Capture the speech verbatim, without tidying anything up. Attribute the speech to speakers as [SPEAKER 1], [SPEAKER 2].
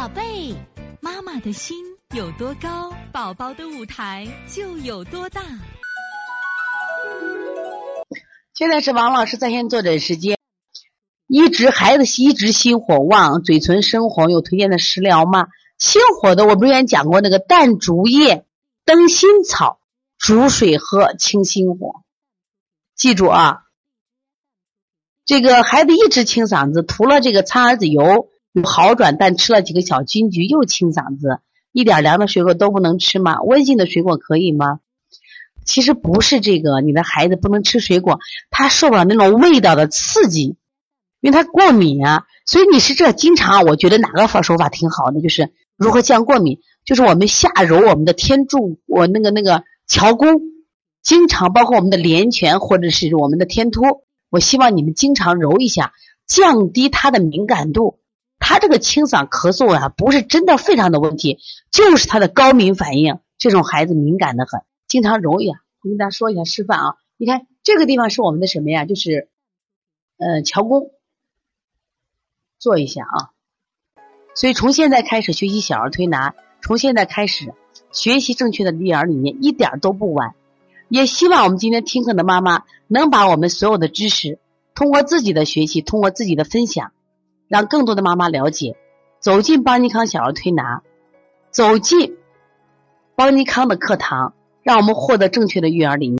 [SPEAKER 1] 宝贝，妈妈的心有多高，宝宝的舞台就有多大。
[SPEAKER 2] 现在是王老师在线坐诊时间。一直孩子一直心火旺，嘴唇深红，有推荐的食疗吗？心火的我不是也讲过那个淡竹叶、灯心草煮水喝清心火。记住啊，这个孩子一直清嗓子，涂了这个苍耳子油有好转，但吃了几个小金桔又清嗓子。一点凉的水果都不能吃吗？温性的水果可以吗？其实不是这个，你的孩子不能吃水果，他受不了那种味道的刺激，因为他过敏啊。所以你是这经常，我觉得哪个手法挺好的，就是如何降过敏，就是我们下揉我们的天柱，我那个那个桥弓，经常包括我们的连泉或者是我们的天突，我希望你们经常揉一下，降低他的敏感度。他这个清嗓咳嗽啊，不是真的非常的问题，就是他的高敏反应，这种孩子敏感的很，经常揉一下。我跟大家说一下示范啊，你看这个地方是我们的什么呀？就是呃桥弓，做一下啊。所以从现在开始学习小儿推拿，从现在开始学习正确的育儿理念，一点都不晚。也希望我们今天听课的妈妈能把我们所有的知识通过自己的学习，通过自己的分享，让更多的妈妈了解，走进邦尼康小儿推拿，走进邦尼康的课堂，让我们获得正确的育儿理念。